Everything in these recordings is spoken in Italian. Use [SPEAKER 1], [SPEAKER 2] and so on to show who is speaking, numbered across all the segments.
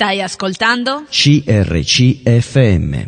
[SPEAKER 1] Stai ascoltando?
[SPEAKER 2] CRC FM.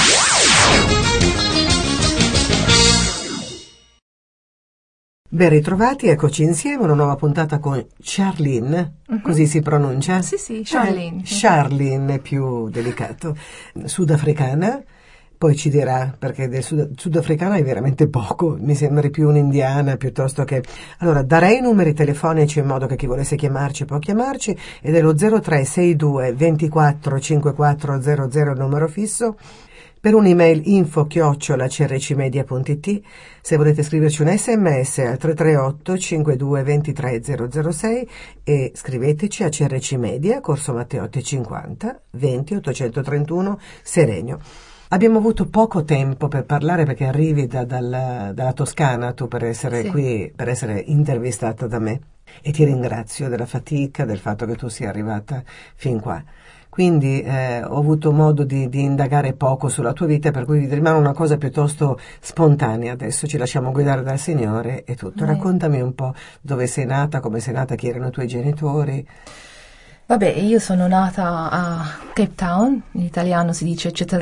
[SPEAKER 3] Ben ritrovati, eccoci insieme, una nuova puntata con Charlene, così si pronuncia?
[SPEAKER 4] Sì, Charlene.
[SPEAKER 3] Charlene è più delicato, sudafricana, poi ci dirà, perché del sudafricana è veramente poco, mi sembri più un'indiana piuttosto che... Allora, darei i numeri telefonici in modo che chi volesse chiamarci può chiamarci, ed è lo 0362 24 5400 il numero fisso. Per un'email info@crcmedia.it, se volete scriverci un sms al 338 52 23 006 e scriveteci a CRC Media, Corso Matteotti 50 20 831 Seregno. Abbiamo avuto poco tempo per parlare perché arrivi dalla Toscana tu per essere qui, per essere intervistata da me, e ti ringrazio della fatica, del fatto che tu sia arrivata fin qua. Quindi ho avuto modo di indagare poco sulla tua vita, per cui rimane una cosa piuttosto spontanea. Adesso ci lasciamo guidare dal Signore e tutto. Raccontami un po' dove sei nata, come sei nata, chi erano i tuoi genitori.
[SPEAKER 4] Vabbè, io sono nata a Cape Town, in italiano si dice Città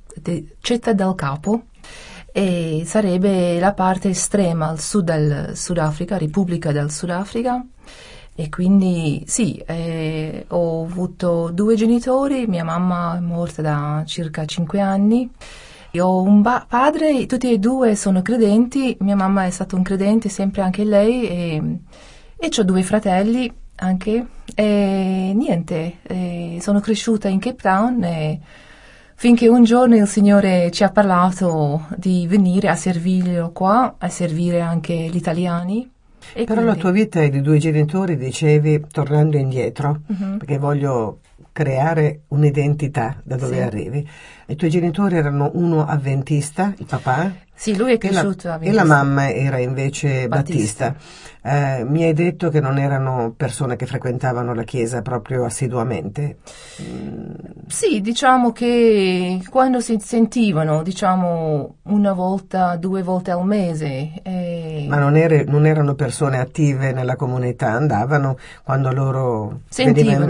[SPEAKER 4] del Capo, e sarebbe la parte estrema al sud del Sudafrica, Repubblica del Sudafrica. E quindi sì, ho avuto due genitori, mia mamma è morta da circa 5 anni, io ho un padre, tutti e due sono credenti, mia mamma è stata un credente, sempre anche lei, e ho 2 fratelli anche, e niente, sono cresciuta in Cape Town, e finché un giorno il Signore ci ha parlato di venire a servirlo qua, a servire anche gli italiani.
[SPEAKER 3] E però quindi... la tua vita è di 2 genitori, dicevi, tornando indietro, perché voglio creare un'identità da dove arrivi. I tuoi genitori erano uno avventista, il papà?
[SPEAKER 4] Sì, lui è cresciuto
[SPEAKER 3] avventista. E la mamma era invece battista. Mi hai detto che non erano persone che frequentavano la chiesa proprio assiduamente?
[SPEAKER 4] Sì, diciamo che quando si sentivano, diciamo 1 volta, 2 volte al mese.
[SPEAKER 3] Ma non erano persone attive nella comunità, andavano quando loro sentivano.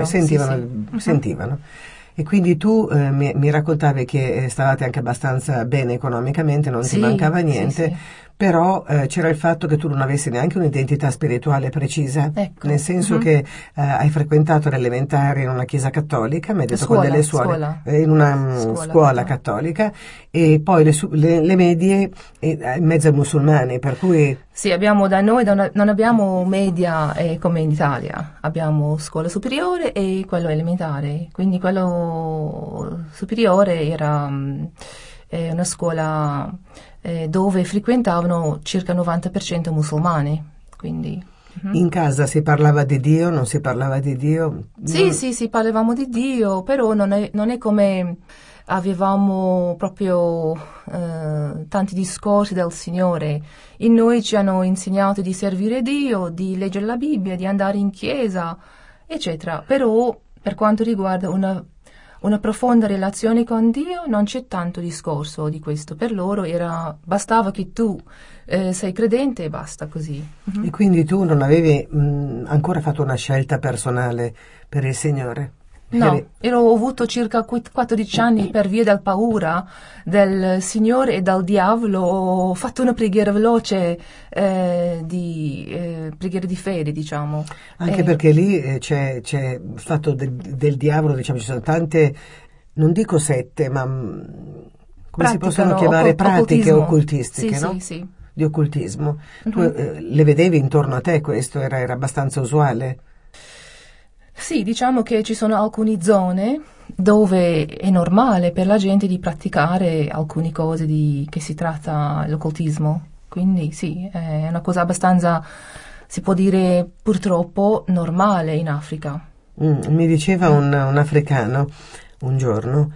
[SPEAKER 3] E quindi tu mi raccontavi che stavate anche abbastanza bene economicamente, non ti mancava niente, però c'era il fatto che tu non avessi neanche un'identità spirituale precisa, nel senso che hai frequentato l'elementare in una chiesa cattolica, mi hai detto con delle suore, in una scuola cattolica, e poi le medie in mezzo ai musulmani, per cui...
[SPEAKER 4] Sì, da noi non abbiamo media come in Italia, abbiamo scuola superiore e quello elementare, quindi quello superiore era una scuola dove frequentavano circa 90% musulmani, quindi...
[SPEAKER 3] In casa si parlava di Dio, non si parlava di Dio?
[SPEAKER 4] Sì, parlavamo di Dio, però non è come... Avevamo proprio tanti discorsi del Signore. In noi ci hanno insegnato di servire Dio, di leggere la Bibbia, di andare in chiesa, eccetera. Però per quanto riguarda una profonda relazione con Dio non c'è tanto discorso di questo. Per loro bastava che tu sei credente e basta così.
[SPEAKER 3] E quindi tu non avevi ancora fatto una scelta personale per il Signore?
[SPEAKER 4] No, ho avuto circa 14 anni per via della paura del Signore e del diavolo. Ho fatto una preghiera veloce, preghiera di fede, diciamo.
[SPEAKER 3] Anche perché lì c'è fatto del diavolo, diciamo, ci sono tante, non dico sette, ma come si possono chiamare, pratiche occultistiche, no?
[SPEAKER 4] Sì.
[SPEAKER 3] Di occultismo. Tu le vedevi intorno a te, questo era abbastanza usuale?
[SPEAKER 4] Sì, diciamo che ci sono alcune zone dove è normale per la gente di praticare alcune cose che si tratta l'occultismo. Quindi sì, è una cosa abbastanza, si può dire purtroppo, normale in Africa.
[SPEAKER 3] Mi diceva un africano un giorno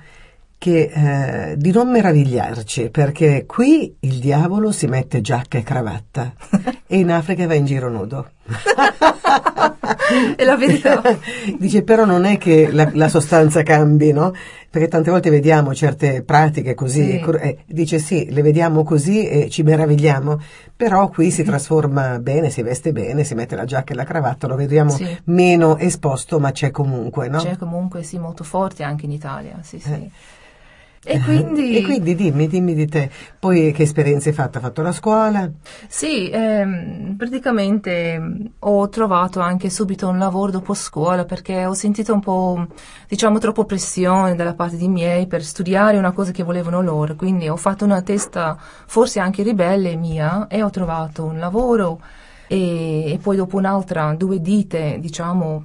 [SPEAKER 3] che di non meravigliarci, perché qui il diavolo si mette giacca e cravatta e in Africa va in giro nudo.
[SPEAKER 4] È la verità.
[SPEAKER 3] Dice, però non è che la sostanza cambi, no? Perché tante volte vediamo certe pratiche così,
[SPEAKER 4] Sì.
[SPEAKER 3] dice sì, le vediamo così e ci meravigliamo, però qui si trasforma bene, si veste bene, si mette la giacca e la cravatta, lo vediamo
[SPEAKER 4] Sì.
[SPEAKER 3] meno esposto, ma c'è comunque, no?
[SPEAKER 4] C'è comunque, sì, molto forte anche in Italia, sì, sì. E quindi...
[SPEAKER 3] E quindi dimmi di te, poi che esperienze hai fatto? Hai fatto la scuola?
[SPEAKER 4] Sì, praticamente ho trovato anche subito un lavoro dopo scuola perché ho sentito un po', diciamo, troppo pressione dalla parte di miei per studiare una cosa che volevano loro, quindi ho fatto una testa forse anche ribelle mia e ho trovato un lavoro e poi dopo un'altra, 2 dite, diciamo,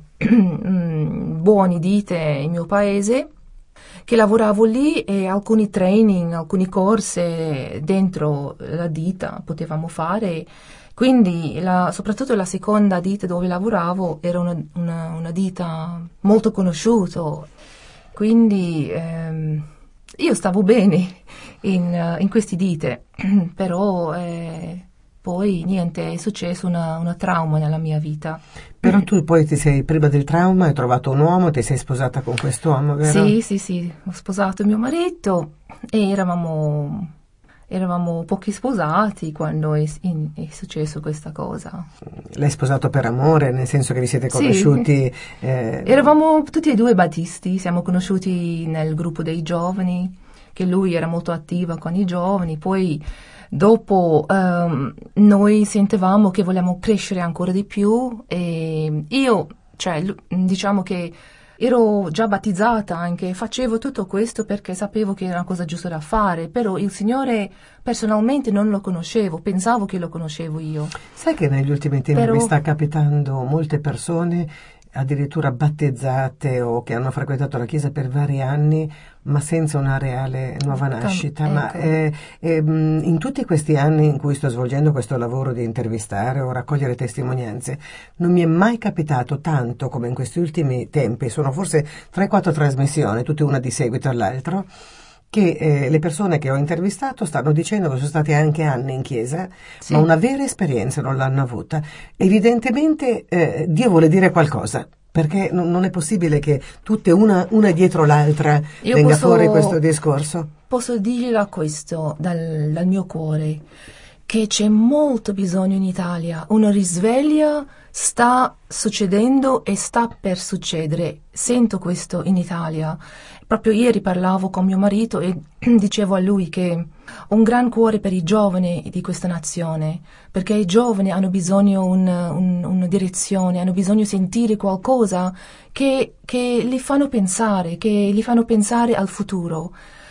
[SPEAKER 4] buoni dite in mio paese, che lavoravo lì e alcuni training, alcuni corsi dentro la ditta potevamo fare. Quindi soprattutto la seconda ditta dove lavoravo era una ditta molto conosciuta. Quindi io stavo bene in queste ditte, però poi niente, è successo una trauma nella mia vita.
[SPEAKER 3] Però tu poi prima del trauma hai trovato un uomo, ti sei sposata con quest'uomo, vero?
[SPEAKER 4] Sì, ho sposato mio marito e eravamo pochi sposati quando è successo questa cosa.
[SPEAKER 3] L'hai sposato per amore, nel senso che vi siete
[SPEAKER 4] Sì.
[SPEAKER 3] conosciuti?
[SPEAKER 4] Eravamo tutti e due battisti, siamo conosciuti nel gruppo dei giovani, che lui era molto attivo con i giovani, poi dopo noi sentivamo che volevamo crescere ancora di più e io, cioè, diciamo che ero già battezzata anche, facevo tutto questo perché sapevo che era una cosa giusta da fare, però il Signore personalmente non lo conoscevo, pensavo che lo conoscevo io.
[SPEAKER 3] Sai che negli ultimi tempi mi sta capitando molte persone addirittura battezzate o che hanno frequentato la Chiesa per vari anni ma senza una reale nuova nascita.
[SPEAKER 4] Ecco.
[SPEAKER 3] Ma in tutti questi anni in cui sto svolgendo questo lavoro di intervistare o raccogliere testimonianze non mi è mai capitato tanto come in questi ultimi tempi, sono forse 3-4 trasmissioni, tutte una di seguito all'altro, che le persone che ho intervistato stanno dicendo che sono stati anche anni in chiesa,
[SPEAKER 4] Sì.
[SPEAKER 3] ma una vera esperienza non l'hanno avuta. Evidentemente Dio vuole dire qualcosa, perché non è possibile che tutte una dietro l'altra venga fuori questo discorso.
[SPEAKER 4] Posso dirgliela questo dal mio cuore, che c'è molto bisogno in Italia, una risveglia sta succedendo e sta per succedere. Sento questo in Italia. Proprio ieri parlavo con mio marito e dicevo a lui che ho un gran cuore per i giovani di questa nazione, perché i giovani hanno bisogno una direzione, hanno bisogno di sentire qualcosa che li fanno pensare al futuro.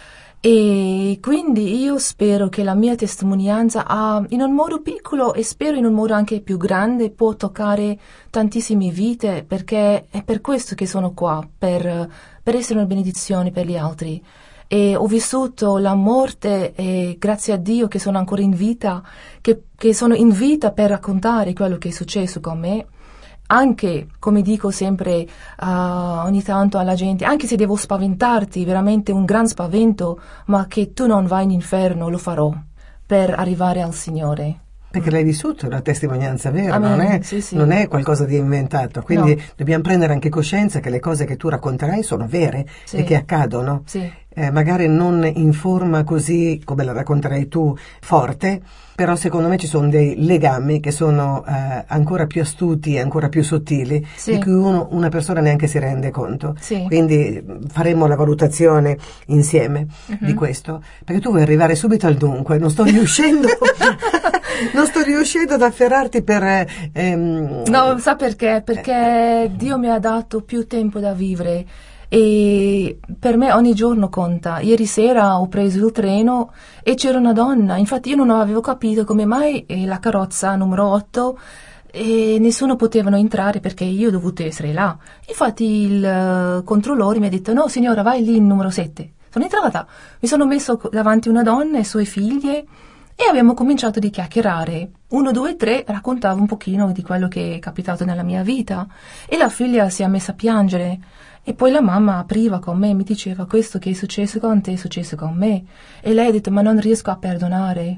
[SPEAKER 4] E quindi io spero che la mia testimonianza in un modo piccolo e spero in un modo anche più grande può toccare tantissime vite, perché è per questo che sono qua, per essere una benedizione per gli altri. E ho vissuto la morte e grazie a Dio che sono ancora in vita, che sono in vita per raccontare quello che è successo con me. Anche, come dico sempre ogni tanto alla gente, anche se devo spaventarti, veramente un gran spavento, ma che tu non vai in inferno, lo farò per arrivare al Signore.
[SPEAKER 3] Perché l'hai vissuto, è una testimonianza vera,
[SPEAKER 4] Amen.
[SPEAKER 3] Non è qualcosa di inventato, quindi
[SPEAKER 4] No.
[SPEAKER 3] dobbiamo prendere anche coscienza che le cose che tu racconterai sono vere
[SPEAKER 4] Sì.
[SPEAKER 3] e che accadono.
[SPEAKER 4] Sì.
[SPEAKER 3] Magari non in forma così come la racconterai tu, forte, però secondo me ci sono dei legami che sono ancora più astuti e ancora più sottili,
[SPEAKER 4] Sì.
[SPEAKER 3] di cui una persona neanche si rende conto.
[SPEAKER 4] Sì.
[SPEAKER 3] Quindi faremo la valutazione insieme di questo, perché tu vuoi arrivare subito al dunque, non sto riuscendo non sto riuscendo ad afferrarti per
[SPEAKER 4] No, sa perché? Perché Dio mi ha dato più tempo da vivere e per me ogni giorno conta. Ieri sera ho preso il treno e c'era una donna, infatti io non avevo capito come mai la carrozza numero 8 e nessuno poteva entrare perché io ho dovuto essere là. Infatti il controllore mi ha detto: no signora, vai lì in numero 7. Sono entrata, mi sono messo davanti a una donna e sue figlie e abbiamo cominciato a chiacchierare. 1, 2, 3 raccontavo un pochino di quello che è capitato nella mia vita e la figlia si è messa a piangere e poi la mamma apriva con me e mi diceva: questo che è successo con te è successo con me. E lei ha detto: ma non riesco a perdonare.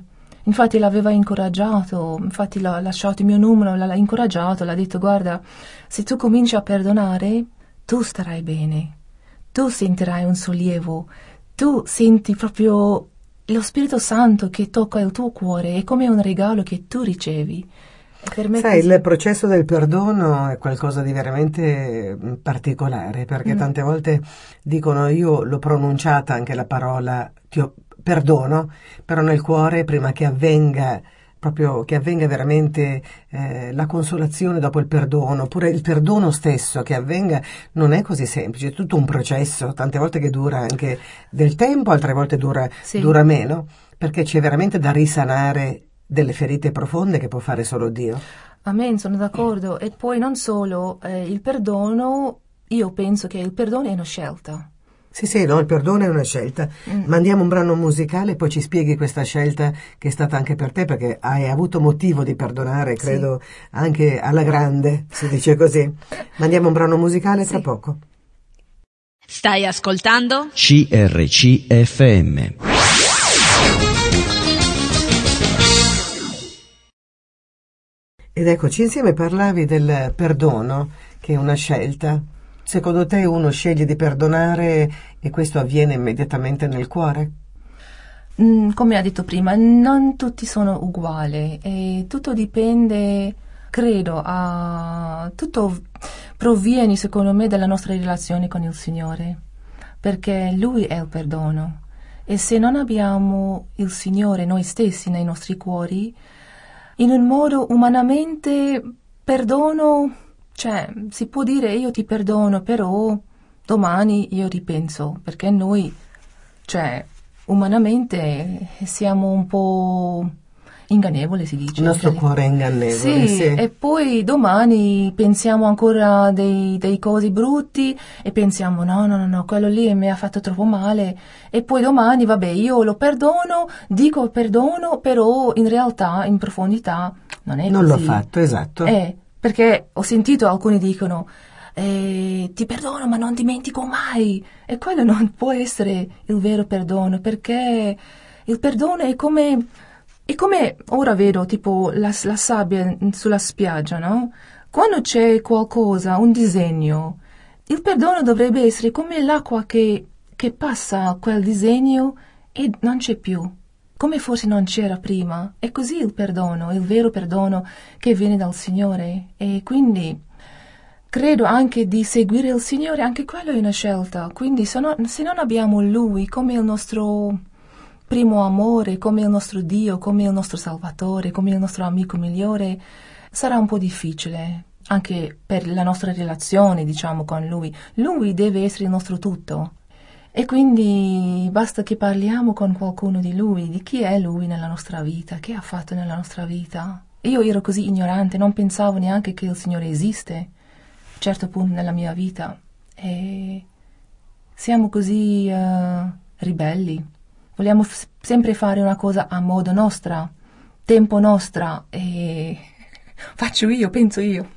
[SPEAKER 4] Infatti l'aveva incoraggiato, infatti l'ha lasciato il mio numero, l'ha incoraggiato, l'ha detto guarda, se tu cominci a perdonare, tu starai bene, tu sentirai un sollievo, tu senti proprio lo Spirito Santo che tocca il tuo cuore, è come un regalo che tu ricevi. E per me
[SPEAKER 3] Sai,
[SPEAKER 4] così...
[SPEAKER 3] il processo del perdono è qualcosa di veramente particolare, perché tante volte dicono, io l'ho pronunciata anche la parola perdono, però nel cuore, prima che avvenga, proprio che avvenga veramente la consolazione dopo il perdono, oppure il perdono stesso che avvenga, non è così semplice, è tutto un processo, tante volte che dura anche del tempo, altre volte dura meno, perché c'è veramente da risanare delle ferite profonde che può fare solo Dio.
[SPEAKER 4] Amen, sono d'accordo. E poi non solo, il perdono, io penso che il perdono è una scelta.
[SPEAKER 3] Sì, no, il perdono è una scelta. Mandiamo un brano musicale e poi ci spieghi questa scelta che è stata anche per te, perché hai avuto motivo di perdonare, credo, anche alla grande, si dice così. Mandiamo un brano musicale tra poco.
[SPEAKER 1] Stai ascoltando?
[SPEAKER 2] CRCFM.
[SPEAKER 3] Ed eccoci insieme, parlavi del perdono, che è una scelta. Secondo te uno sceglie di perdonare e questo avviene immediatamente nel cuore?
[SPEAKER 4] Come ha detto prima, non tutti sono uguali e tutto dipende, credo, tutto proviene secondo me dalla nostra relazione con il Signore, perché Lui è il perdono e se non abbiamo il Signore noi stessi nei nostri cuori, in un modo umanamente perdono, cioè si può dire io ti perdono, però domani io ripenso, perché noi, cioè umanamente siamo un po' ingannevoli, si dice.
[SPEAKER 3] Il nostro cuore è ingannevole, sì.
[SPEAKER 4] E poi domani pensiamo ancora dei cose brutti e pensiamo no, quello lì mi ha fatto troppo male e poi domani, vabbè, io lo perdono, dico perdono, però in realtà, in profondità, non è così.
[SPEAKER 3] Non l'ho fatto, esatto.
[SPEAKER 4] Perché ho sentito alcuni dicono ti perdono ma non dimentico mai e quello non può essere il vero perdono, perché il perdono è come ora vedo tipo la sabbia sulla spiaggia, no? Quando c'è qualcosa, un disegno, il perdono dovrebbe essere come l'acqua che passa quel disegno e non c'è più, come forse non c'era prima. È così il perdono, il vero perdono che viene dal Signore. E quindi credo anche di seguire il Signore, anche quello è una scelta. Quindi se non abbiamo Lui come il nostro primo amore, come il nostro Dio, come il nostro Salvatore, come il nostro amico migliore, sarà un po' difficile, anche per la nostra relazione, diciamo, con Lui. Lui deve essere il nostro tutto. E quindi basta che parliamo con qualcuno di Lui, di chi è Lui nella nostra vita, che ha fatto nella nostra vita. Io ero così ignorante, non pensavo neanche che il Signore esiste, a un certo punto nella mia vita. E siamo così ribelli. Vogliamo sempre fare una cosa a modo nostra, tempo nostra, e faccio io, penso io.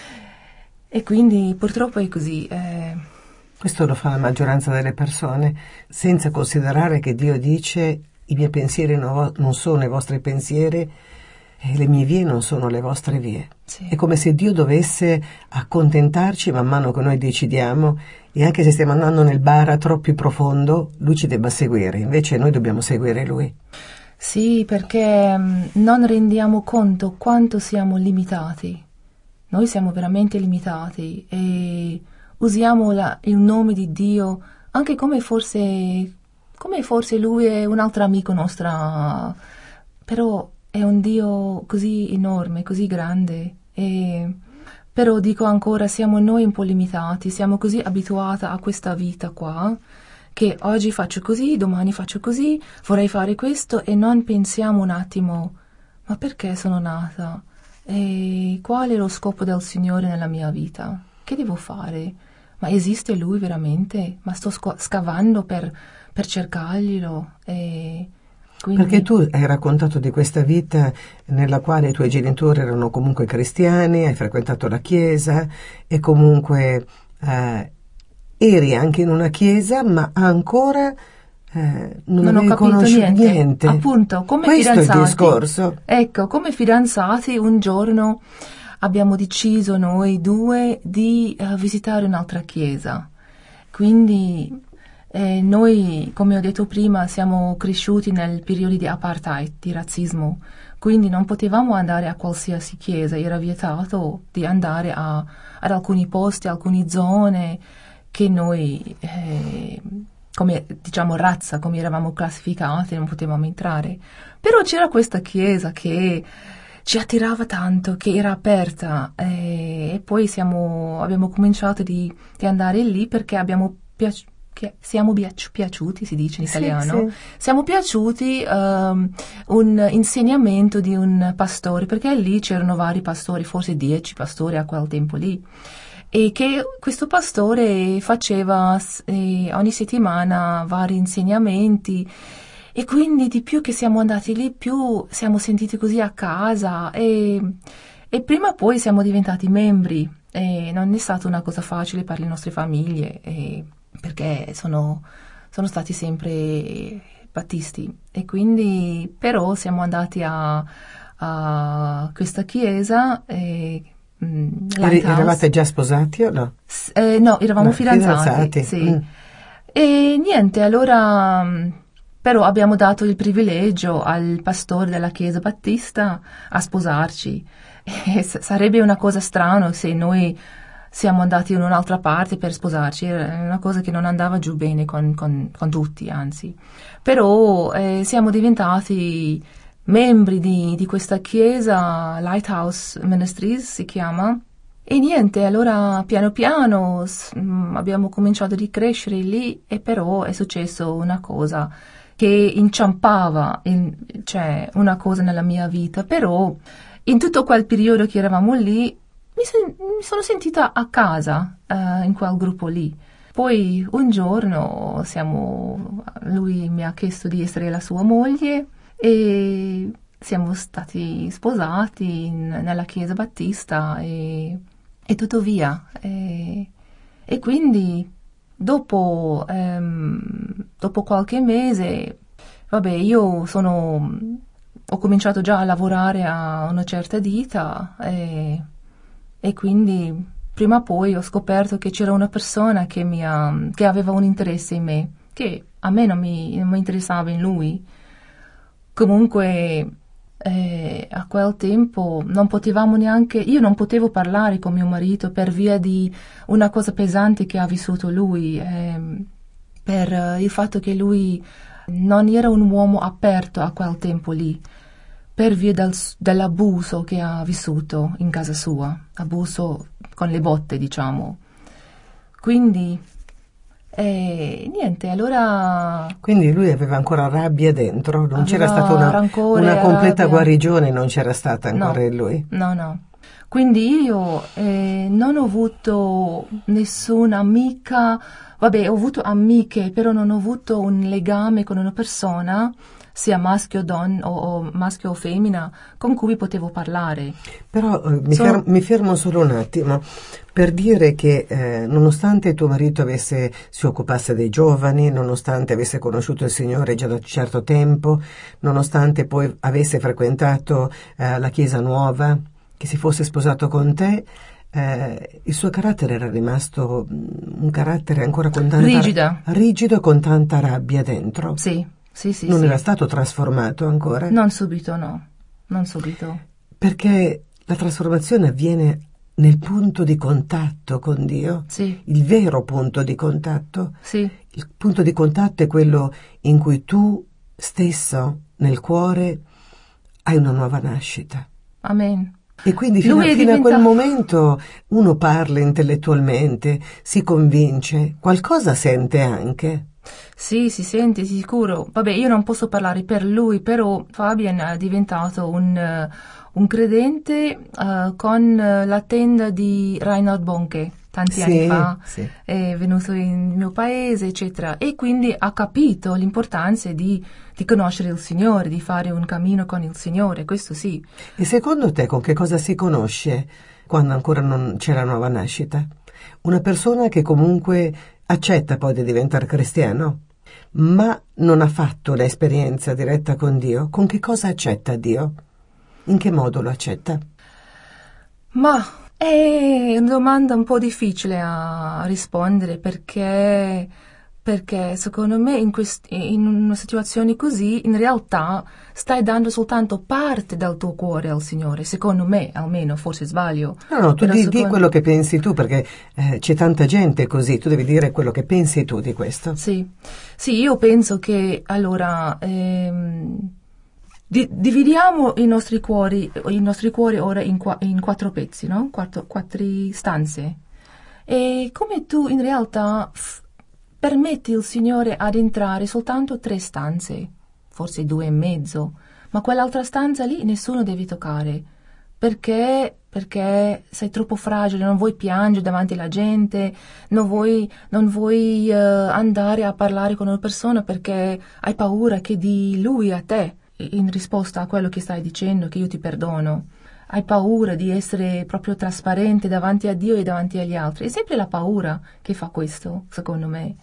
[SPEAKER 4] E quindi purtroppo è così.
[SPEAKER 3] Questo lo fa la maggioranza delle persone, senza considerare che Dio dice i miei pensieri non sono i vostri pensieri e le mie vie non sono le vostre vie.
[SPEAKER 4] Sì.
[SPEAKER 3] È come se Dio dovesse accontentarci man mano che noi decidiamo, e anche se stiamo andando nel baratro più profondo, Lui ci debba seguire, invece noi dobbiamo seguire Lui.
[SPEAKER 4] Sì, perché non rendiamo conto quanto siamo limitati. Noi siamo veramente limitati e usiamo il nome di Dio anche come forse Lui è un altro amico nostro, però è un Dio così enorme, così grande. Però dico ancora, siamo noi un po' limitati, siamo così abituati a questa vita qua, che oggi faccio così, domani faccio così, vorrei fare questo e non pensiamo un attimo, ma perché sono nata? E qual è lo scopo del Signore nella mia vita? Che devo fare? Ma esiste Lui veramente? Ma sto scavando per cercarglielo? Quindi...
[SPEAKER 3] Perché tu hai raccontato di questa vita nella quale i tuoi genitori erano comunque cristiani, hai frequentato la chiesa e comunque eri anche in una chiesa, ma ancora non
[SPEAKER 4] ho
[SPEAKER 3] avevi
[SPEAKER 4] capito
[SPEAKER 3] conosciuto
[SPEAKER 4] niente. Appunto, come
[SPEAKER 3] Questo
[SPEAKER 4] fidanzati.
[SPEAKER 3] è il discorso.
[SPEAKER 4] Ecco, come fidanzati un giorno abbiamo deciso noi due di visitare un'altra chiesa. Quindi noi, come ho detto prima, siamo cresciuti nel periodo di apartheid, di razzismo. Quindi non potevamo andare a qualsiasi chiesa, era vietato di andare ad alcuni posti, alcune zone che noi, come diciamo razza, come eravamo classificati, non potevamo entrare. Però c'era questa chiesa che ci attirava tanto, che era aperta, e poi abbiamo cominciato di andare lì perché siamo piaciuti, si dice in italiano,
[SPEAKER 3] Sì.
[SPEAKER 4] siamo piaciuti un insegnamento di un pastore, perché lì c'erano vari pastori, forse 10 pastori a quel tempo lì, e che questo pastore faceva ogni settimana vari insegnamenti, e quindi di più che siamo andati lì, più siamo sentiti così a casa, e prima o poi siamo diventati membri, e non è stata una cosa facile per le nostre famiglie, perché sono stati sempre battisti, e quindi però siamo andati a questa chiesa.
[SPEAKER 3] Eravate già sposati o no?
[SPEAKER 4] No, eravamo fidanzati.
[SPEAKER 3] Fidanzati.
[SPEAKER 4] Sì. E niente, allora però abbiamo dato il privilegio al pastore della chiesa battista a sposarci. E sarebbe una cosa strana se noi siamo andati in un'altra parte per sposarci, era una cosa che non andava giù bene con tutti, anzi. Però siamo diventati membri di questa chiesa, Lighthouse Ministries si chiama, e niente, allora piano piano abbiamo cominciato a crescere lì, e però è successo una cosa che inciampava, cioè una cosa nella mia vita, però in tutto quel periodo che eravamo lì mi sono sentita a casa in quel gruppo lì. Poi un giorno lui mi ha chiesto di essere la sua moglie e siamo stati sposati nella chiesa battista e tutto via. E quindi dopo qualche mese, vabbè, io ho cominciato già a lavorare a una certa età, e quindi prima o poi ho scoperto che c'era una persona che aveva un interesse in me, che a me non mi interessava in lui. Comunque a quel tempo io non potevo parlare con mio marito per via di una cosa pesante che ha vissuto lui, per il fatto che lui non era un uomo aperto a quel tempo lì, per via dell'abuso che ha vissuto in casa sua, abuso con le botte, diciamo. Quindi niente, allora.
[SPEAKER 3] Quindi lui aveva ancora rabbia dentro, non c'era stata
[SPEAKER 4] rancore,
[SPEAKER 3] una completa
[SPEAKER 4] rabbia.
[SPEAKER 3] Guarigione, non c'era stata ancora
[SPEAKER 4] No,
[SPEAKER 3] in lui.
[SPEAKER 4] No. Quindi io non ho avuto nessuna amica, vabbè, ho avuto amiche, però non ho avuto un legame con una persona, sia maschio o maschio o femmina, con cui potevo parlare.
[SPEAKER 3] Però mi fermo solo un attimo per dire che nonostante tuo marito si occupasse dei giovani, nonostante avesse conosciuto il Signore già da un certo tempo, nonostante poi avesse frequentato la Chiesa Nuova, che si fosse sposato con te, il suo carattere era rimasto un carattere ancora con tanta rigido e con tanta rabbia dentro.
[SPEAKER 4] Sì.
[SPEAKER 3] Non era stato trasformato ancora?
[SPEAKER 4] Non subito, no. Non subito.
[SPEAKER 3] Perché la trasformazione avviene nel punto di contatto con Dio?
[SPEAKER 4] Sì.
[SPEAKER 3] Il vero punto di contatto?
[SPEAKER 4] Sì.
[SPEAKER 3] Il punto di contatto è quello in cui tu stesso, nel cuore, hai una nuova nascita.
[SPEAKER 4] Amen.
[SPEAKER 3] E quindi fino a quel momento uno parla intellettualmente, si convince, qualcosa sente anche.
[SPEAKER 4] Sì, si sente sicuro. Vabbè, io non posso parlare per lui, però Fabian è diventato un credente con la tenda di Reinhard Bonke tanti anni fa.
[SPEAKER 3] Sì.
[SPEAKER 4] È venuto in mio paese, eccetera, e quindi ha capito l'importanza di conoscere il Signore, di fare un cammino con il Signore, questo sì.
[SPEAKER 3] E secondo te con che cosa si conosce quando ancora non c'è la nuova nascita? Una persona che comunque accetta poi di diventare cristiano? ma non ha fatto l'esperienza diretta con Dio. Con che cosa accetta Dio? In che modo lo accetta?
[SPEAKER 4] Ma è una domanda un po' difficile a rispondere perché secondo me in una situazione così in realtà stai dando soltanto parte del tuo cuore al Signore, secondo me almeno, forse sbaglio.
[SPEAKER 3] No, tu di
[SPEAKER 4] secondo...
[SPEAKER 3] quello che pensi tu, perché c'è tanta gente così, tu devi dire quello che pensi tu di questo.
[SPEAKER 4] Sì, io penso che allora dividiamo i nostri cuori ora in 4 pezzi, no? 4 stanze. E come tu in realtà permetti il Signore ad entrare soltanto 3 stanze, forse 2 e mezzo, ma quell'altra stanza lì nessuno deve toccare, perché sei troppo fragile, non vuoi piangere davanti alla gente, non vuoi andare a parlare con una persona perché hai paura che di lui a te, in risposta a quello che stai dicendo, che io ti perdono. Hai paura di essere proprio trasparente davanti a Dio e davanti agli altri. È sempre la paura che fa questo, secondo me.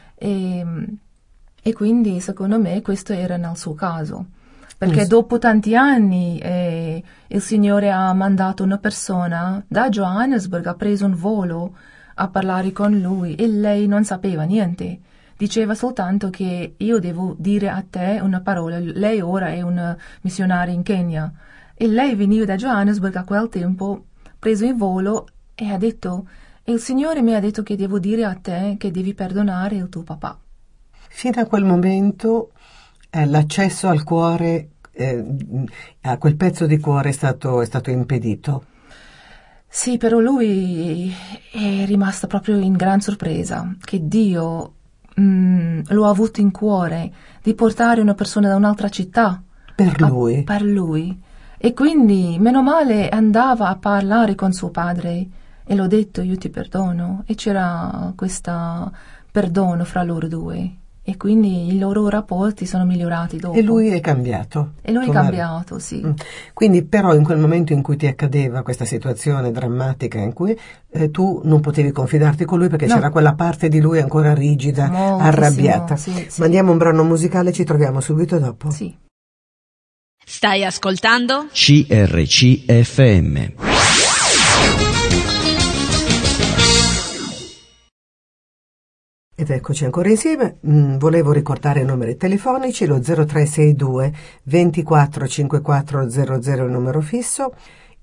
[SPEAKER 4] E quindi, secondo me, questo era nel suo caso. Perché dopo tanti anni il Signore ha mandato una persona da Johannesburg, ha preso un volo a parlare con lui e lei non sapeva niente. Diceva soltanto che io devo dire a te una parola. Lei ora è una missionaria in Kenya. E lei veniva da Johannesburg a quel tempo, preso in volo, e ha detto: il Signore mi ha detto che devo dire a te che devi perdonare il tuo papà.
[SPEAKER 3] Fino a quel momento l'accesso al cuore, a quel pezzo di cuore è stato impedito.
[SPEAKER 4] Sì, però lui è rimasto proprio in gran sorpresa che Dio lo ha avuto in cuore di portare una persona da un'altra città
[SPEAKER 3] per lui.
[SPEAKER 4] Per lui. E quindi, meno male, andava a parlare con suo padre e l'ho detto: io ti perdono. E c'era questo perdono fra loro due. E quindi i loro rapporti sono migliorati dopo.
[SPEAKER 3] E lui è cambiato.
[SPEAKER 4] E lui è cambiato, sì.
[SPEAKER 3] Quindi però in quel momento in cui ti accadeva questa situazione drammatica in cui tu non potevi confidarti con lui perché c'era quella parte di lui ancora rigida, arrabbiata.
[SPEAKER 4] Sì.
[SPEAKER 3] Mandiamo un brano musicale, ci troviamo subito dopo.
[SPEAKER 4] Sì.
[SPEAKER 1] Stai ascoltando?
[SPEAKER 2] CRCFM.
[SPEAKER 3] Ed eccoci ancora insieme. Volevo ricordare i numeri telefonici: lo 0362 24 5400 il numero fisso,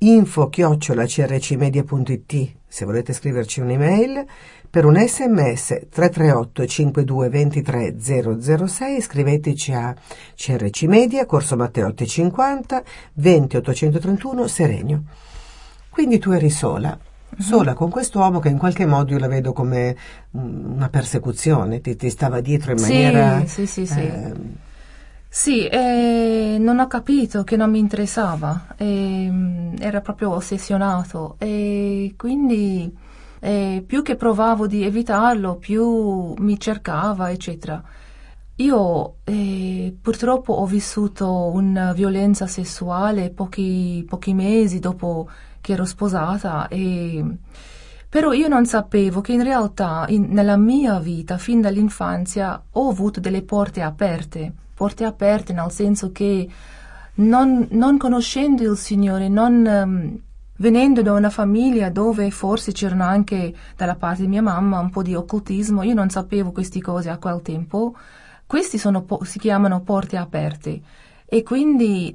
[SPEAKER 3] info@crcmedia.it se volete scriverci un'email, per un sms 338 52 23 006 scriveteci a CRC Media, Corso Matteotti 50 20 831 Serenio. Quindi tu eri sola con quest'uomo che in qualche modo io la vedo come una persecuzione, ti stava dietro in maniera...
[SPEAKER 4] Sì, non ho capito che non mi interessava, era proprio ossessionato e quindi più che provavo di evitarlo, più mi cercava, eccetera. Io purtroppo ho vissuto una violenza sessuale pochi mesi dopo che ero sposata, però io non sapevo che in realtà nella mia vita, fin dall'infanzia, ho avuto delle porte aperte nel senso che non conoscendo il Signore, non venendo da una famiglia dove forse c'erano anche dalla parte di mia mamma un po' di occultismo, io non sapevo queste cose a quel tempo. Questi si chiamano porte aperte e quindi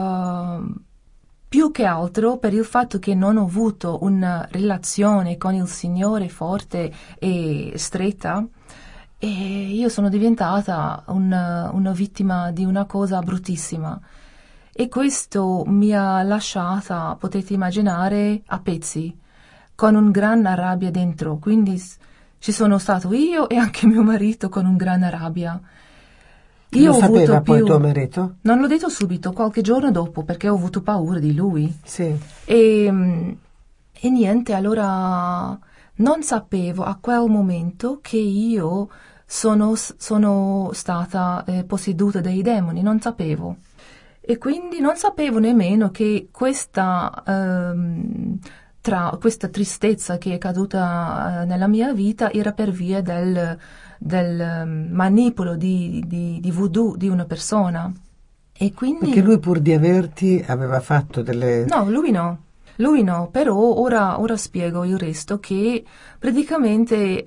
[SPEAKER 4] più che altro per il fatto che non ho avuto una relazione con il Signore forte e stretta, e io sono diventata una vittima di una cosa bruttissima. E questo mi ha lasciata, potete immaginare, a pezzi, con un gran rabbia dentro. Quindi ci sono stato io e anche mio marito con un gran rabbia. Io
[SPEAKER 3] lo sapeva poi tuo marito?
[SPEAKER 4] Non l'ho detto subito, qualche giorno dopo, perché ho avuto paura di lui.
[SPEAKER 3] Sì.
[SPEAKER 4] E niente, allora non sapevo a quel momento che io sono stata posseduta dai demoni, non sapevo. E quindi non sapevo nemmeno che questa tristezza che è caduta nella mia vita era per via manipolo di voodoo di una persona. E quindi...
[SPEAKER 3] Perché lui, pur di averti, aveva fatto delle...
[SPEAKER 4] No, lui no, però ora spiego il resto, che praticamente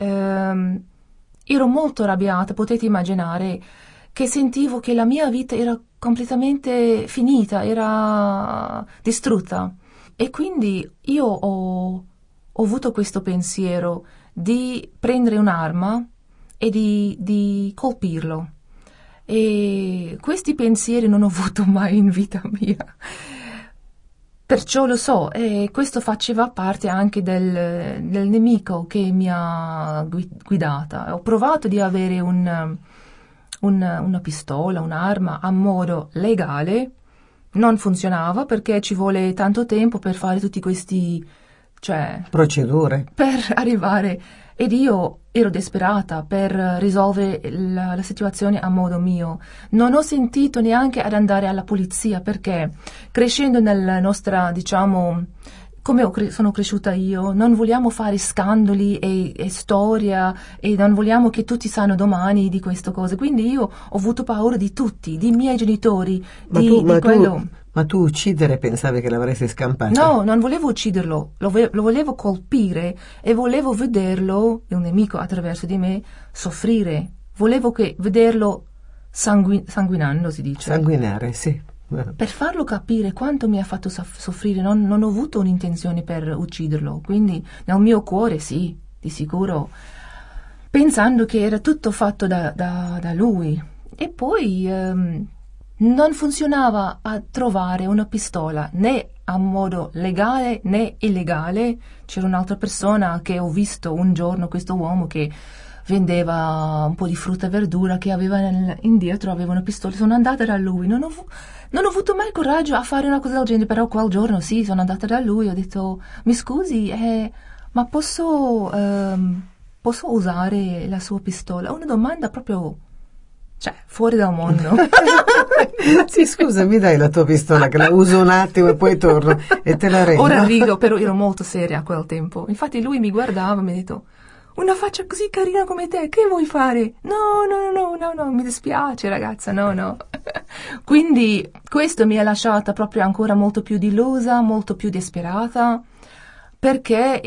[SPEAKER 4] ero molto arrabbiata, potete immaginare, che sentivo che la mia vita era completamente finita, era distrutta. E quindi io ho avuto questo pensiero di prendere un'arma e di colpirlo. E questi pensieri non ho avuto mai in vita mia. Perciò lo so, e questo faceva parte anche del nemico che mi ha guidata. Ho provato di avere una pistola, un'arma a modo legale. Non funzionava perché ci vuole tanto tempo per fare tutti questi,
[SPEAKER 3] procedure.
[SPEAKER 4] Per arrivare. Ed io ero disperata per risolvere la situazione a modo mio. Non ho sentito neanche ad andare alla polizia perché crescendo nella nostra, come sono cresciuta io, non vogliamo fare scandali e storia e non vogliamo che tutti sanno domani di queste cose. Quindi io ho avuto paura di tutti, di miei genitori,
[SPEAKER 3] Ma tu uccidere pensavi che l'avresti scampata?
[SPEAKER 4] No, non volevo ucciderlo, lo volevo colpire e volevo vederlo, il nemico attraverso di me, soffrire. Volevo vederlo sanguinando, si dice.
[SPEAKER 3] Sanguinare, sì.
[SPEAKER 4] Per farlo capire quanto mi ha fatto soffrire, non ho avuto un'intenzione per ucciderlo. Quindi nel mio cuore sì, di sicuro, pensando che era tutto fatto da lui. E poi... non funzionava a trovare una pistola né a modo legale né illegale. C'era un'altra persona che ho visto un giorno, questo uomo che vendeva un po' di frutta e verdura, che aveva indietro aveva una pistola. Sono andata da lui, non ho avuto mai coraggio a fare una cosa del genere, però quel giorno sì, sono andata da lui, ho detto: mi scusi, ma posso usare la sua pistola? Una domanda proprio... fuori dal mondo.
[SPEAKER 3] Sì, scusa, mi dai la tua pistola che la uso un attimo e poi torno e te la rendo.
[SPEAKER 4] Ora rido, però ero molto seria a quel tempo. Infatti lui mi guardava e mi ha detto: una faccia così carina come te, che vuoi fare? No, mi dispiace ragazza, no. Quindi questo mi ha lasciata proprio ancora molto più delusa, molto più disperata, perché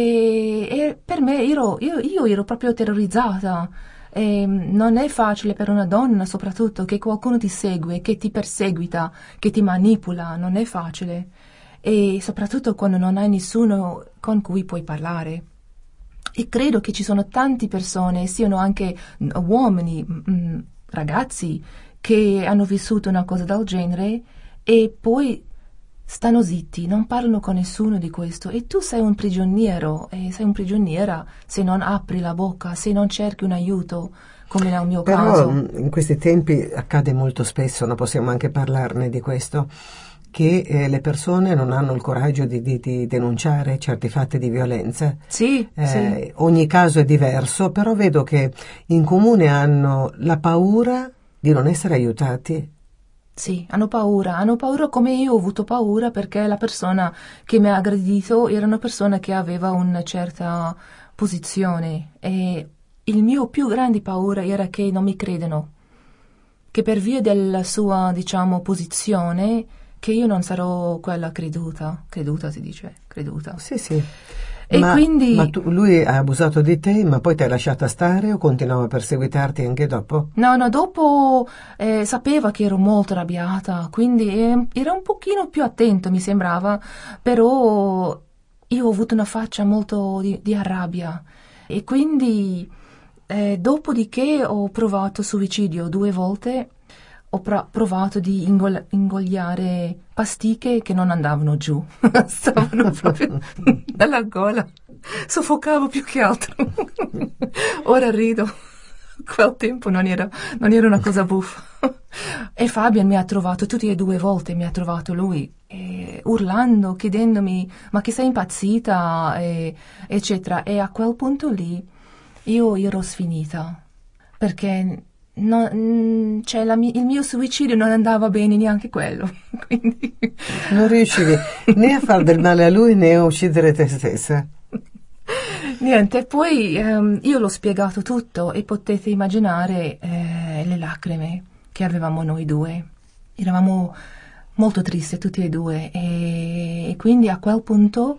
[SPEAKER 4] per me io ero proprio terrorizzata. Non è facile per una donna, soprattutto, che qualcuno ti segue, che ti perseguita, che ti manipola, non è facile. E soprattutto quando non hai nessuno con cui puoi parlare. E credo che ci sono tante persone, siano anche uomini, ragazzi, che hanno vissuto una cosa del genere e poi stanno zitti, non parlano con nessuno di questo, e tu sei un prigioniero, e sei un prigioniera se non apri la bocca, se non cerchi un aiuto, come nel mio caso.
[SPEAKER 3] Però in questi tempi accade molto spesso, non possiamo anche parlarne di questo, che le persone non hanno il coraggio di denunciare certi fatti di violenza.
[SPEAKER 4] Sì.
[SPEAKER 3] Ogni caso è diverso, però vedo che in comune hanno la paura di non essere aiutati.
[SPEAKER 4] Sì, hanno paura come io ho avuto paura, perché la persona che mi ha aggredito era una persona che aveva una certa posizione e il mio più grande paura era che non mi credono, che per via della sua, posizione, che io non sarò quella creduta si dice, creduta.
[SPEAKER 3] Sì.
[SPEAKER 4] E quindi...
[SPEAKER 3] Ma lui ha abusato di te, ma poi ti ha lasciata stare o continuava a perseguitarti anche dopo?
[SPEAKER 4] No, dopo sapeva che ero molto arrabbiata, quindi era un pochino più attento, mi sembrava, però io ho avuto una faccia molto di rabbia e quindi dopodiché ho provato suicidio 2 volte. Ho provato di ingoiare pasticche che non andavano giù, stavano proprio dalla gola, soffocavo più che altro. Ora rido, quel tempo non era una cosa buffa. E Fabian mi ha trovato tutte e 2 volte, mi ha trovato lui, urlando, chiedendomi: ma che sei impazzita, eccetera. E a quel punto lì io ero sfinita, perché... il mio suicidio non andava bene neanche quello, quindi...
[SPEAKER 3] Non riuscivi né a far del male a lui né a uccidere te stessa.
[SPEAKER 4] Niente, poi io l'ho spiegato tutto e potete immaginare le lacrime che avevamo noi due. Eravamo molto tristi tutti e due e quindi a quel punto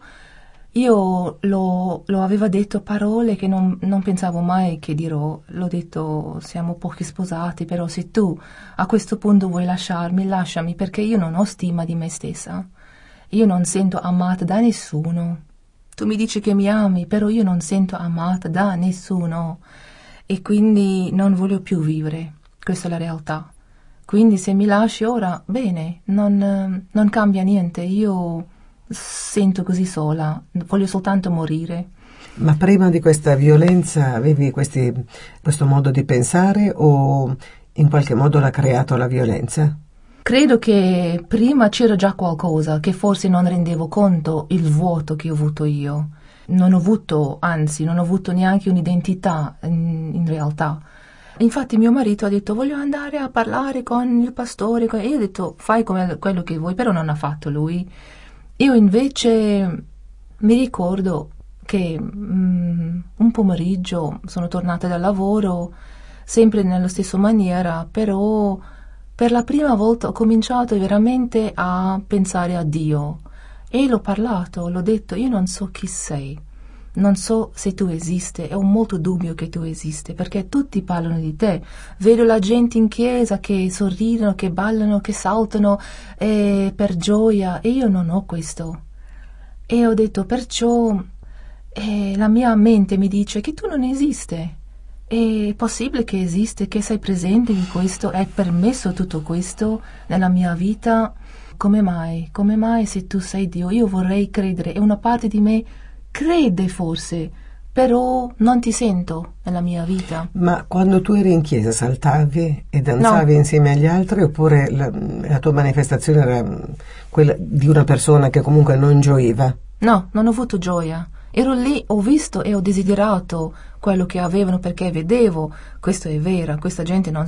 [SPEAKER 4] io lo avevo detto parole che non pensavo mai che dirò. L'ho detto, siamo pochi sposati, però se tu a questo punto vuoi lasciarmi, lasciami, perché io non ho stima di me stessa. Io non sento amata da nessuno. Tu mi dici che mi ami, però io non sento amata da nessuno e quindi non voglio più vivere. Questa è la realtà. Quindi se mi lasci ora, bene, non cambia niente. Io sento così sola, voglio soltanto morire.
[SPEAKER 3] Ma prima di questa violenza avevi questo modo di pensare o in qualche modo l'ha creato la violenza?
[SPEAKER 4] Credo che prima c'era già qualcosa che forse non rendevo conto il vuoto che ho avuto io. Non ho avuto neanche un'identità in realtà. Infatti mio marito ha detto voglio andare a parlare con il pastore e io ho detto fai quello che vuoi, però non ha fatto lui. Io invece mi ricordo che un pomeriggio sono tornata dal lavoro sempre nella stessa maniera, però per la prima volta ho cominciato veramente a pensare a Dio e l'ho parlato, l'ho detto, io non so chi sei, non so se tu esisti, ho molto dubbio che tu esisti, perché tutti parlano di te, vedo la gente in chiesa che sorridono, che ballano, che saltano per gioia e io non ho questo. E ho detto, perciò la mia mente mi dice che tu non esisti. È possibile che esiste, che sei presente in questo, hai permesso tutto questo nella mia vita? Come mai? Come mai se tu sei Dio? Io vorrei credere e una parte di me crede forse, però non ti sento nella mia vita.
[SPEAKER 3] Ma quando tu eri in chiesa saltavi e danzavi insieme agli altri oppure la tua manifestazione era quella di una persona che comunque non gioiva?
[SPEAKER 4] No, non ho avuto gioia. Ero lì, ho visto e ho desiderato quello che avevano perché vedevo, questo è vero, questa gente non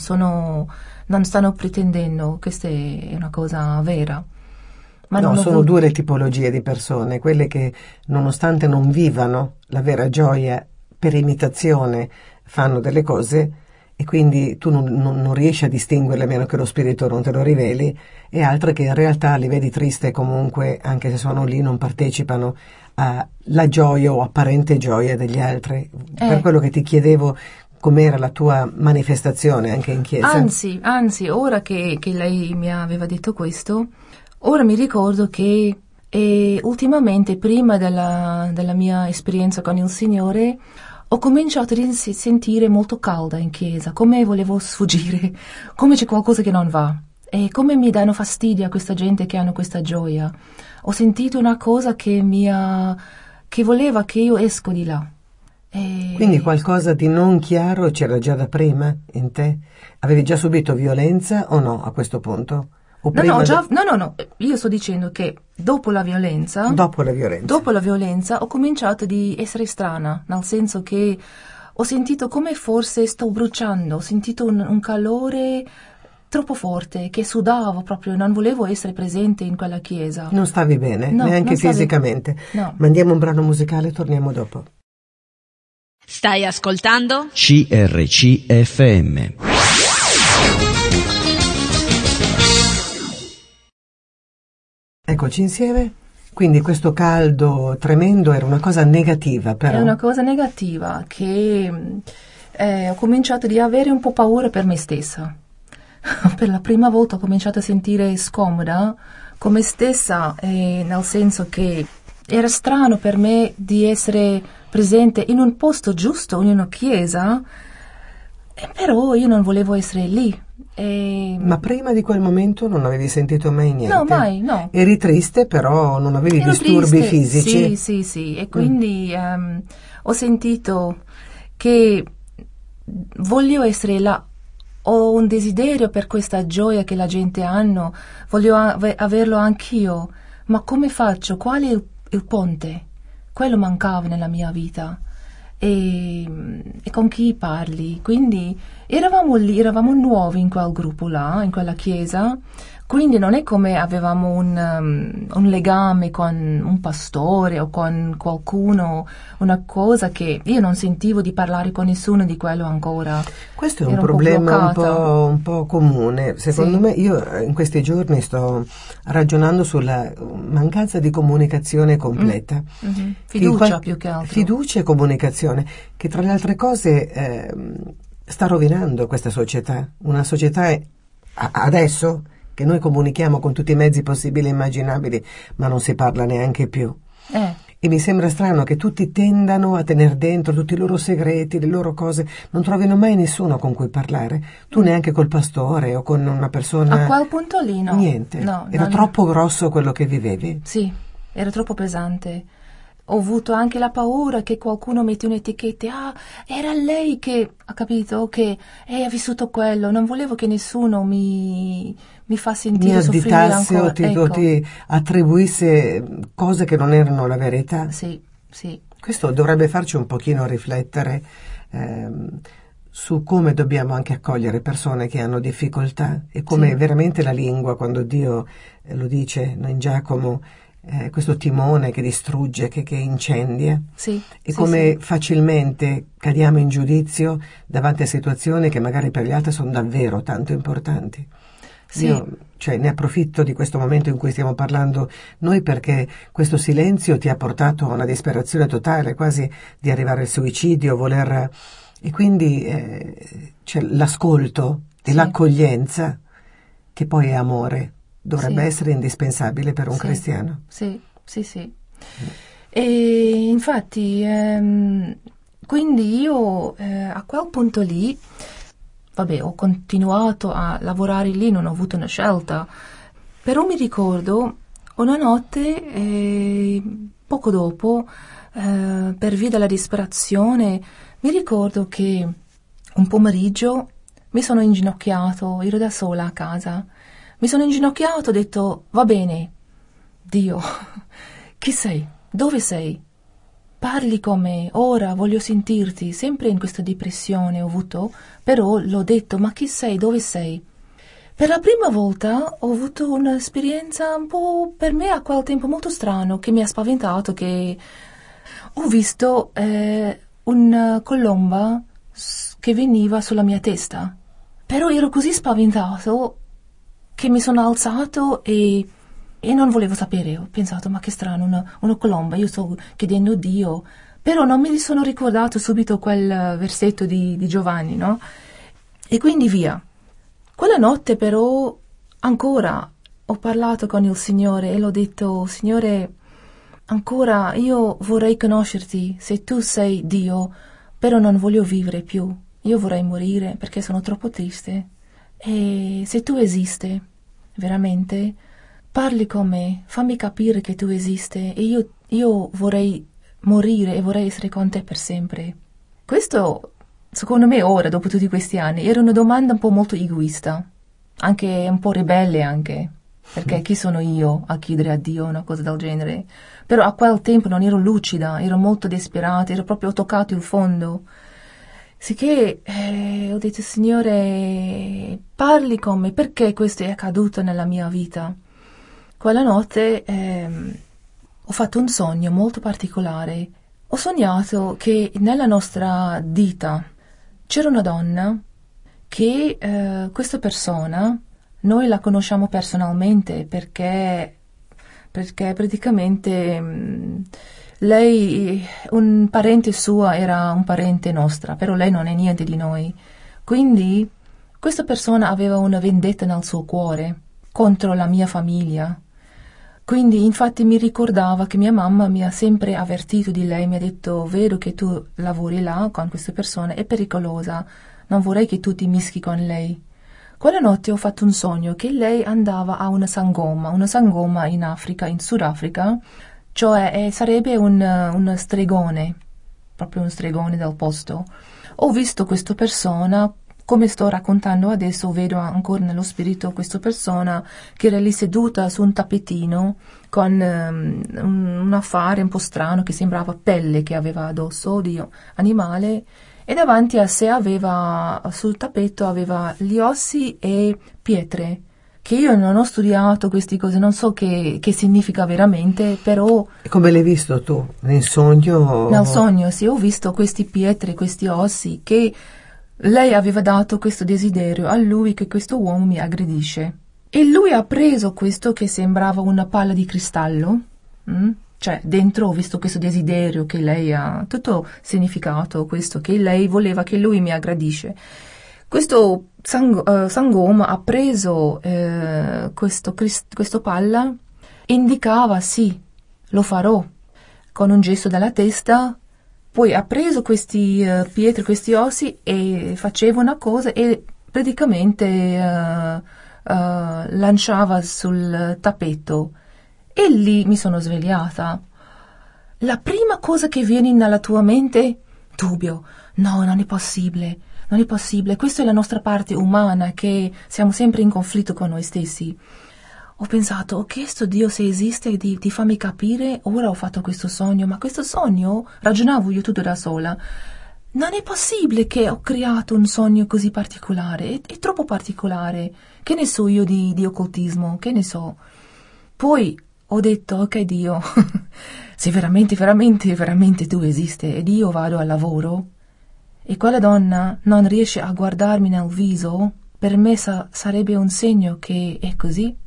[SPEAKER 4] stanno pretendendo, questa è una cosa vera. Ma
[SPEAKER 3] no, sono due le tipologie di persone, quelle che nonostante non vivano la vera gioia per imitazione fanno delle cose e quindi tu non riesci a distinguerle a meno che lo spirito non te lo riveli, e altre che in realtà li vedi triste comunque anche se sono lì, non partecipano alla gioia o apparente gioia degli altri. Per quello che ti chiedevo com'era la tua manifestazione anche in chiesa.
[SPEAKER 4] Anzi, ora che lei mi aveva detto questo, ora mi ricordo che ultimamente, prima della mia esperienza con il Signore, ho cominciato a sentire molto calda in chiesa, come volevo sfuggire, come c'è qualcosa che non va. E come mi danno fastidio a questa gente che hanno questa gioia. Ho sentito una cosa che voleva che io esco di là.
[SPEAKER 3] Quindi qualcosa di non chiaro c'era già da prima in te? Avevi già subito violenza o no a questo punto? O
[SPEAKER 4] No, io sto dicendo che dopo la violenza ho cominciato di essere strana, nel senso che ho sentito come forse sto bruciando, ho sentito un calore troppo forte, che sudavo proprio, non volevo essere presente in quella chiesa.
[SPEAKER 3] Non stavi bene,
[SPEAKER 4] no,
[SPEAKER 3] neanche fisicamente.
[SPEAKER 4] No.
[SPEAKER 3] Mandiamo un brano musicale e torniamo dopo.
[SPEAKER 1] Stai ascoltando?
[SPEAKER 2] CRCFM.
[SPEAKER 3] Eccoci insieme. Quindi questo caldo tremendo era una cosa negativa, però.
[SPEAKER 4] È una cosa negativa che ho cominciato di avere un po' paura per me stessa. Per la prima volta ho cominciato a sentire scomoda con me stessa, nel senso che era strano per me di essere presente in un posto giusto, in una chiesa, però io non volevo essere lì.
[SPEAKER 3] Ma prima di quel momento non avevi sentito mai niente?
[SPEAKER 4] No, mai, no.
[SPEAKER 3] Eri triste, però non avevi disturbi fisici?
[SPEAKER 4] Sì, e quindi ho sentito che voglio essere là. Ho un desiderio per questa gioia che la gente ha, voglio averlo anch'io, ma come faccio? Qual è il ponte? Quello mancava nella mia vita. E con chi parli? Quindi eravamo lì, eravamo nuovi in quel gruppo là, in quella chiesa, Quindi non è come avevamo un legame con un pastore o con qualcuno, una cosa che io non sentivo di parlare con nessuno di quello ancora.
[SPEAKER 3] Questo è un
[SPEAKER 4] Ero
[SPEAKER 3] problema
[SPEAKER 4] bloccata.
[SPEAKER 3] un po' comune. Secondo
[SPEAKER 4] Sì.
[SPEAKER 3] me, io in questi giorni sto ragionando sulla mancanza di comunicazione completa.
[SPEAKER 4] Mhm. Fiducia più che altro.
[SPEAKER 3] Fiducia e comunicazione, che tra le altre cose sta rovinando questa società. Una società adesso che noi comunichiamo con tutti i mezzi possibili e immaginabili, ma non si parla neanche più. E mi sembra strano che tutti tendano a tenere dentro tutti i loro segreti, le loro cose, non trovino mai nessuno con cui parlare. Tu neanche col pastore o con una persona...
[SPEAKER 4] A quel punto lì no.
[SPEAKER 3] Niente.
[SPEAKER 4] No,
[SPEAKER 3] Era
[SPEAKER 4] no,
[SPEAKER 3] troppo grosso quello che vivevi.
[SPEAKER 4] Sì, era troppo pesante. Ho avuto anche la paura che qualcuno mette un'etichetta, era lei che ha capito che ha vissuto quello, non volevo che nessuno mi fa sentire soffrire
[SPEAKER 3] additasse
[SPEAKER 4] ancora.
[SPEAKER 3] o ti attribuisse cose che non erano la verità.
[SPEAKER 4] Sì, sì.
[SPEAKER 3] Questo dovrebbe farci un pochino riflettere su come dobbiamo anche accogliere persone che hanno difficoltà e come veramente la lingua, quando Dio lo dice in Giacomo, questo timone che distrugge, che incendia,
[SPEAKER 4] Sì,
[SPEAKER 3] e
[SPEAKER 4] sì,
[SPEAKER 3] come
[SPEAKER 4] sì.
[SPEAKER 3] facilmente cadiamo in giudizio davanti a situazioni che magari per gli altri sono davvero tanto importanti.
[SPEAKER 4] Sì.
[SPEAKER 3] Io ne approfitto di questo momento in cui stiamo parlando noi, perché questo silenzio ti ha portato a una disperazione totale, quasi di arrivare al suicidio, e quindi c'è l'ascolto e l'accoglienza, che poi è amore. Dovrebbe essere indispensabile per un cristiano.
[SPEAKER 4] Sì, sì, sì. E infatti, quindi io a quel punto lì, vabbè, ho continuato a lavorare lì, non ho avuto una scelta, però mi ricordo una notte, poco dopo, per via della disperazione, mi ricordo che un pomeriggio mi sono inginocchiato, ero da sola a casa. Mi sono inginocchiato e ho detto, va bene, Dio, chi sei? Dove sei? Parli con me, ora voglio sentirti, sempre in questa depressione ho avuto, però l'ho detto, ma chi sei? Dove sei? Per la prima volta ho avuto un'esperienza un po' per me a quel tempo molto strano, che mi ha spaventato, che ho visto una colomba che veniva sulla mia testa, però ero così spaventato che mi sono alzato e non volevo sapere. Ho pensato, ma che strano, una colomba, io sto chiedendo a Dio, però non mi sono ricordato subito quel versetto di Giovanni, no? E quindi via. Quella notte però ancora ho parlato con il Signore e l'ho detto, Signore, ancora io vorrei conoscerti, se tu sei Dio, però non voglio vivere più, io vorrei morire perché sono troppo triste. E se tu esisti, veramente, parli con me, fammi capire che tu esisti e io vorrei morire e vorrei essere con te per sempre. Questo, secondo me, ora, dopo tutti questi anni, era una domanda un po' molto egoista, anche un po' ribelle anche, perché chi sono io a chiedere a Dio una cosa del genere? Però a quel tempo non ero lucida, ero molto disperata, ero proprio toccato il fondo. Sicché ho detto, Signore, parli con me, perché questo è accaduto nella mia vita? Quella notte ho fatto un sogno molto particolare. Ho sognato che nella nostra ditta c'era una donna che questa persona, noi la conosciamo personalmente perché praticamente lei, un parente suo era un parente nostra, però lei non è niente di noi. Quindi questa persona aveva una vendetta nel suo cuore contro la mia famiglia. Quindi infatti mi ricordava che mia mamma mi ha sempre avvertito di lei, mi ha detto, vedo che tu lavori là con questa persona, è pericolosa, non vorrei che tu ti mischi con lei. Quella notte ho fatto un sogno che lei andava a una sangoma in Africa, in Sudafrica, cioè sarebbe un stregone, proprio un stregone del posto. Ho visto questa persona, come sto raccontando adesso, vedo ancora nello spirito questa persona che era lì seduta su un tappetino con un affare un po' strano che sembrava pelle che aveva addosso di animale, e davanti a sé aveva, sul tappeto aveva gli ossi e pietre che io non ho studiato queste cose, non so che significa veramente, però...
[SPEAKER 3] E come l'hai visto tu? Nel sogno?
[SPEAKER 4] Nel sogno, sì, ho visto questi pietre, questi ossi, che lei aveva dato questo desiderio a lui che questo uomo mi aggredisce. E lui ha preso questo che sembrava una palla di cristallo, cioè dentro ho visto questo desiderio che lei ha, tutto significato, questo che lei voleva che lui mi aggredisce. Questo Sangoma ha preso questo palla, indicava sì, lo farò, con un gesto della testa, poi ha preso questi pietre, questi ossi e faceva una cosa e praticamente lanciava sul tappeto. E lì mi sono svegliata. La prima cosa che viene nella tua mente, dubbio, no, non è possibile. Non è possibile, questa è la nostra parte umana, che siamo sempre in conflitto con noi stessi. Ho pensato, ho chiesto a Dio se esiste di farmi capire, ora ho fatto questo sogno, ma questo sogno, ragionavo io tutto da sola, non è possibile che ho creato un sogno così particolare, è troppo particolare, che ne so io di occultismo, che ne so. Poi ho detto, ok Dio, se veramente tu esiste ed io vado al lavoro, e quella donna non riesce a guardarmi nel viso, per me sarebbe un segno che è così.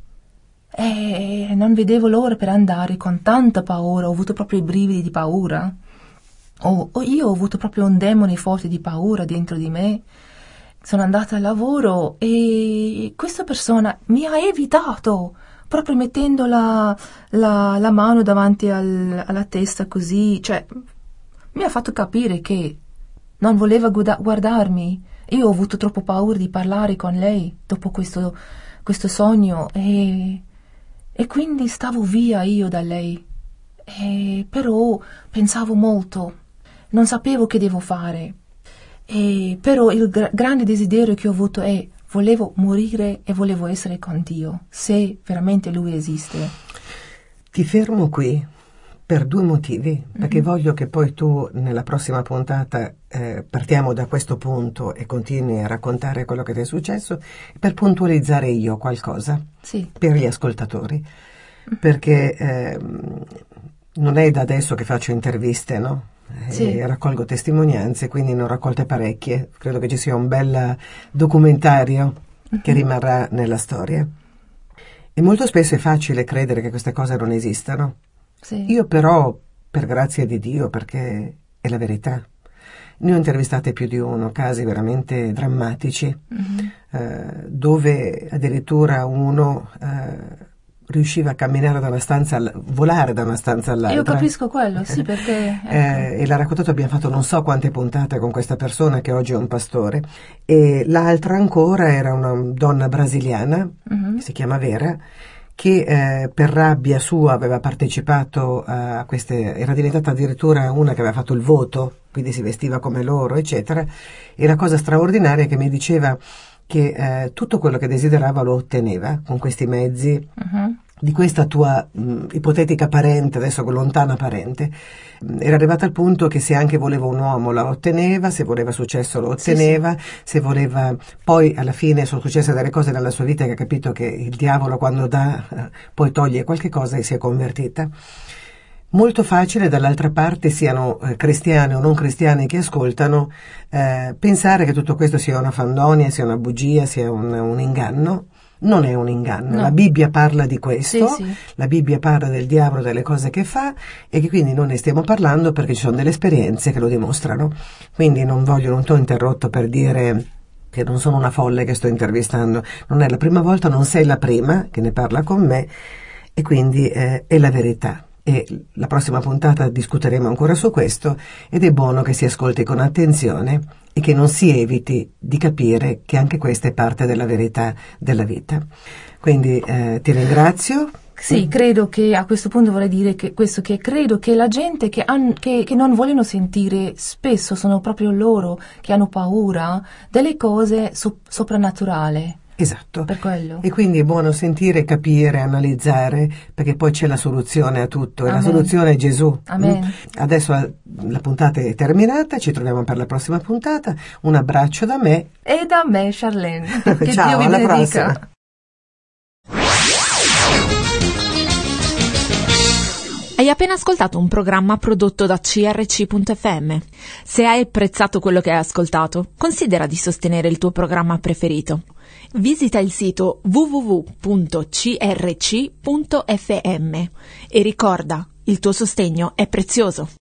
[SPEAKER 4] E non vedevo l'ora per andare con tanta paura, ho avuto proprio i brividi di paura. Io ho avuto proprio un demone forte di paura dentro di me. Sono andata al lavoro e questa persona mi ha evitato, proprio mettendo la mano davanti alla testa così, cioè mi ha fatto capire che non voleva guardarmi. Io ho avuto troppo paura di parlare con lei dopo questo sogno e quindi stavo via io da lei. Però pensavo molto, non sapevo che devo fare. Però il grande desiderio che ho avuto è volevo morire e volevo essere con Dio, se veramente Lui esiste.
[SPEAKER 3] Ti fermo qui per due motivi, perché voglio che poi tu nella prossima puntata partiamo da questo punto e continui a raccontare quello che ti è successo, per puntualizzare io qualcosa per gli ascoltatori, perché non è da adesso che faccio interviste, no? E raccolgo testimonianze, quindi ne ho raccolte parecchie, credo che ci sia un bel documentario che rimarrà nella storia. E molto spesso è facile credere che queste cose non esistano. Io però, per grazia di Dio, perché è la verità, ne ho intervistate più di uno, casi veramente drammatici, dove addirittura uno riusciva a camminare da una stanza, volare da una stanza all'altra.
[SPEAKER 4] Io capisco quello, sì, perché...
[SPEAKER 3] e l'ha raccontato, abbiamo fatto non so quante puntate con questa persona che oggi è un pastore, e l'altra ancora era una donna brasiliana, che si chiama Vera, che per rabbia sua aveva partecipato a queste, era diventata addirittura una che aveva fatto il voto, quindi si vestiva come loro, eccetera, e la cosa straordinaria è che mi diceva che tutto quello che desiderava lo otteneva con questi mezzi di questa tua ipotetica parente, adesso lontana parente. Era arrivata al punto che se anche voleva un uomo la otteneva, se voleva successo lo otteneva, se voleva, poi alla fine sono successe delle cose nella sua vita che ha capito che il diavolo quando dà poi toglie qualche cosa, e si è convertita. Molto facile, dall'altra parte, siano cristiani o non cristiani che ascoltano, pensare che tutto questo sia una fandonia, sia una bugia, sia un inganno. Non è un inganno, no. La Bibbia parla di questo, la Bibbia parla del diavolo, delle cose che fa, e che quindi non ne stiamo parlando perché ci sono delle esperienze che lo dimostrano. Quindi non t'ho interrotto per dire che non sono una folle che sto intervistando, non è la prima volta, non sei la prima che ne parla con me, e quindi è la verità. E la prossima puntata discuteremo ancora su questo, ed è buono che si ascolti con attenzione e che non si eviti di capire che anche questa è parte della verità della vita. Quindi ti ringrazio.
[SPEAKER 4] Sì, credo che a questo punto vorrei dire che questo, che credo che la gente che non vogliono sentire, spesso sono proprio loro che hanno paura delle cose soprannaturali.
[SPEAKER 3] Esatto.
[SPEAKER 4] Per quello.
[SPEAKER 3] E quindi è buono sentire, capire, analizzare, perché poi c'è la soluzione a tutto, e la soluzione è Gesù.
[SPEAKER 4] Amen.
[SPEAKER 3] Adesso la puntata è terminata, ci troviamo per la prossima puntata. Un abbraccio da me.
[SPEAKER 4] E da me, Charlene. Che
[SPEAKER 3] Ciao,
[SPEAKER 4] Dio vi
[SPEAKER 3] alla
[SPEAKER 4] benedica.
[SPEAKER 3] prossima.
[SPEAKER 1] Hai appena ascoltato un programma prodotto da CRC.fm. Se hai apprezzato quello che hai ascoltato, considera di sostenere il tuo programma preferito. Visita il sito www.crc.fm e ricorda, il tuo sostegno è prezioso.